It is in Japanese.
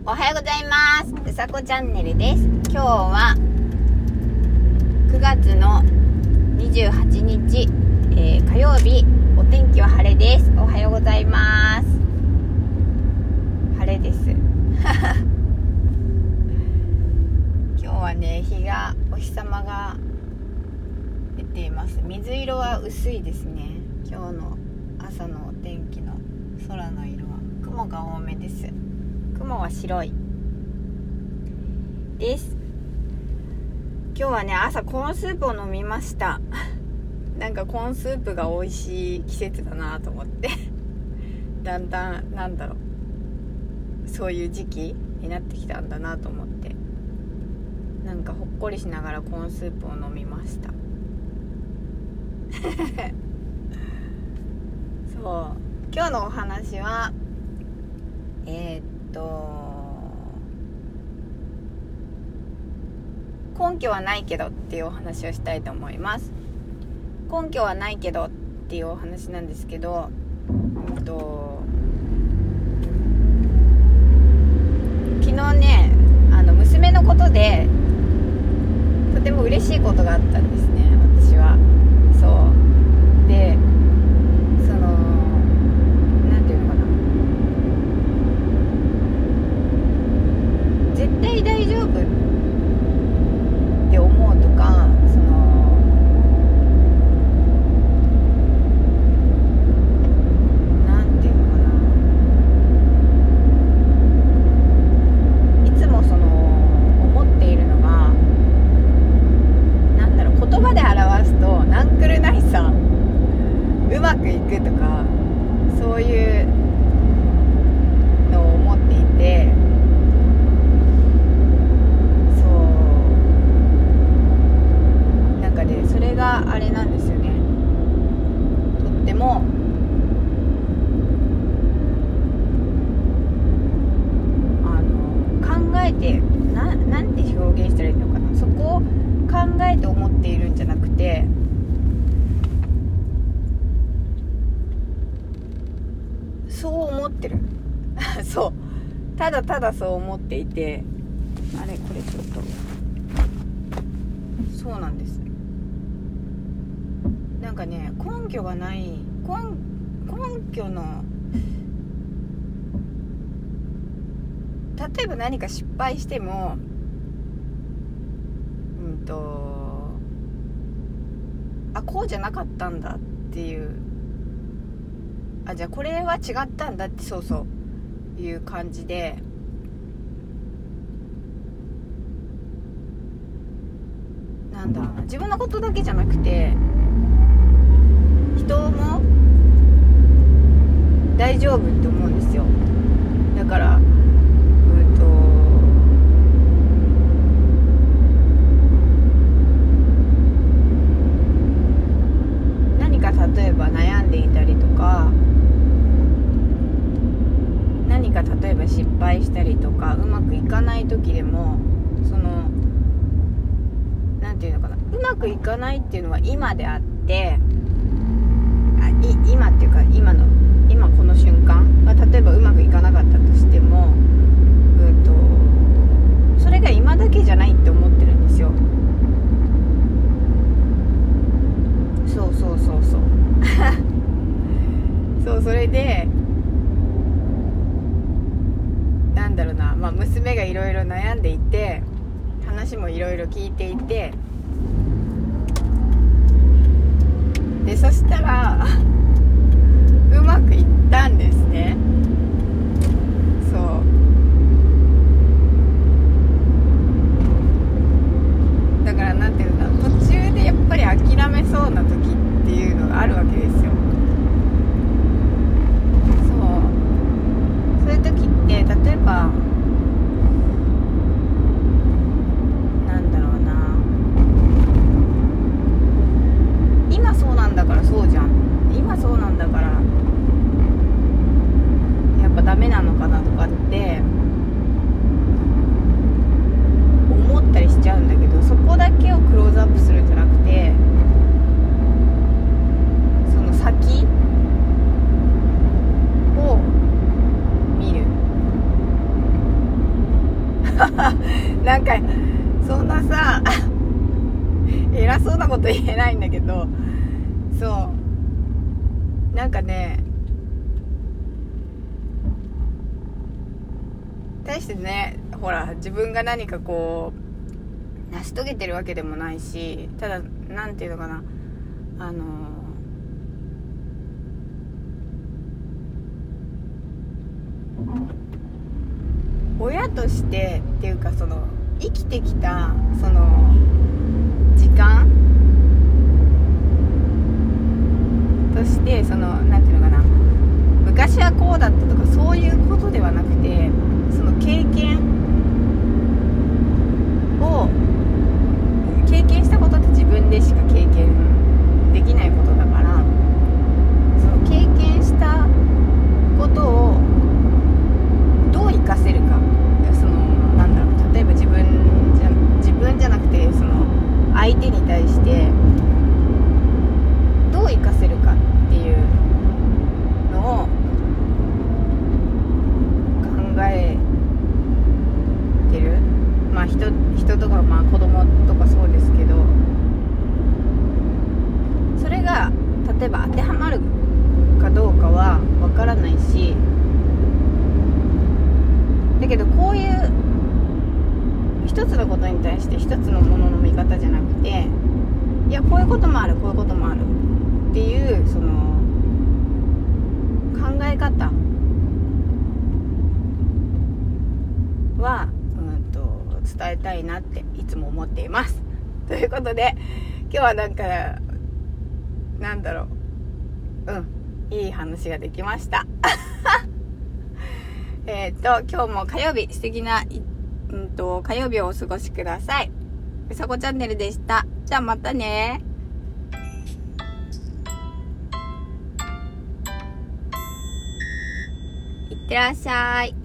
おはようございます。うさこチャンネルです。今日は9月の28日、火曜日、お天気は晴れです。おはようございます。晴れです今日はね、お日様が出ています。水色は薄いですね。今日の朝のお天気の空の色は雲が多めです。雲は白いです。今日はね、朝コーンスープを飲みましたなんかコーンスープが美味しい季節だなと思ってだんだんそういう時期になってきたんだなと思って、なんかほっこりしながらコーンスープを飲みましたそう、今日のお話は根拠はないけどっていうお話をしたいと思います。根拠はないけどっていうお話なんですけど、昨日ね、娘のことでとても嬉しいことがあったんですね、私は。そうで、なんていうのかな、絶対大丈夫って思うとか、なんていうのかな、いつも思っているのが、言葉で表すとなんくるないさ、うまくいくとか、そういうのを思っていて、それがあれなんですよね。とっても考えて、なんて表現したらいいのかな、そこを考えて思っているんじゃなくて、そう思ってるそう、ただただそう思っていて、これちょっとそうなんです。なんかね、根拠がない、根拠の、例えば何か失敗しても、こうじゃなかったんだっていう、じゃあこれは違ったんだって、そういう感じで、自分のことだけじゃなくて人も大丈夫って思うんですよ。だから何か例えば悩んでいたりとか、何か例えば失敗したりとか、うまくいかない時でも、なんていうのかな、うまくいかないっていうのは今であって、今っていうか今この瞬間、例えばうまくいかなかったとしても、それが今だけじゃないって思ってるんですよ。そうそうそれで娘がいろいろ悩んでいて、話もいろいろ聞いていて、でそしたらうまくいったんですね。だからなんていうんだ、途中でやっぱり諦めそうな時っていうのがあるわけですよ。そういう時って、例えば今そうなんだからそうじゃん、今そうなんだからやっぱダメなのかなとかって思ったりしちゃうんだけど、そこだけをクローズアップするんじゃなくて、その先を見る。 なんかそんなさ偉そうなこと言えないんだけど、そうなんかね、対してね、ほら自分が何かこう成し遂げてるわけでもないし、ただなんていうのかな、親としてっていうか、その生きてきたその時間として、そのなんていうのかな、昔はこうだったとかそういうことではなくて、その経験したことって自分でしか経験できないことだから、その経験したことをどう活かせるか、そのなんだろう、例えば自分じゃなくて、その相手に対してどう活かせるかっていうのを考えてる。まあ人とか、まあ子供とかそうですけど、それが例えば当てはまるかどうかはわからないし、だけどこういう一つのことに対して一つのものの見方じゃなくて、いやこういうこともある、こういうこともあるっていうその考え方は伝えたいなっていつも思っています。ということで今日はなんかなんだろう、いい話ができました今日も火曜日、素敵な火曜日をお過ごしください。うさこチャンネルでした。じゃあまたね。いってらっしゃい。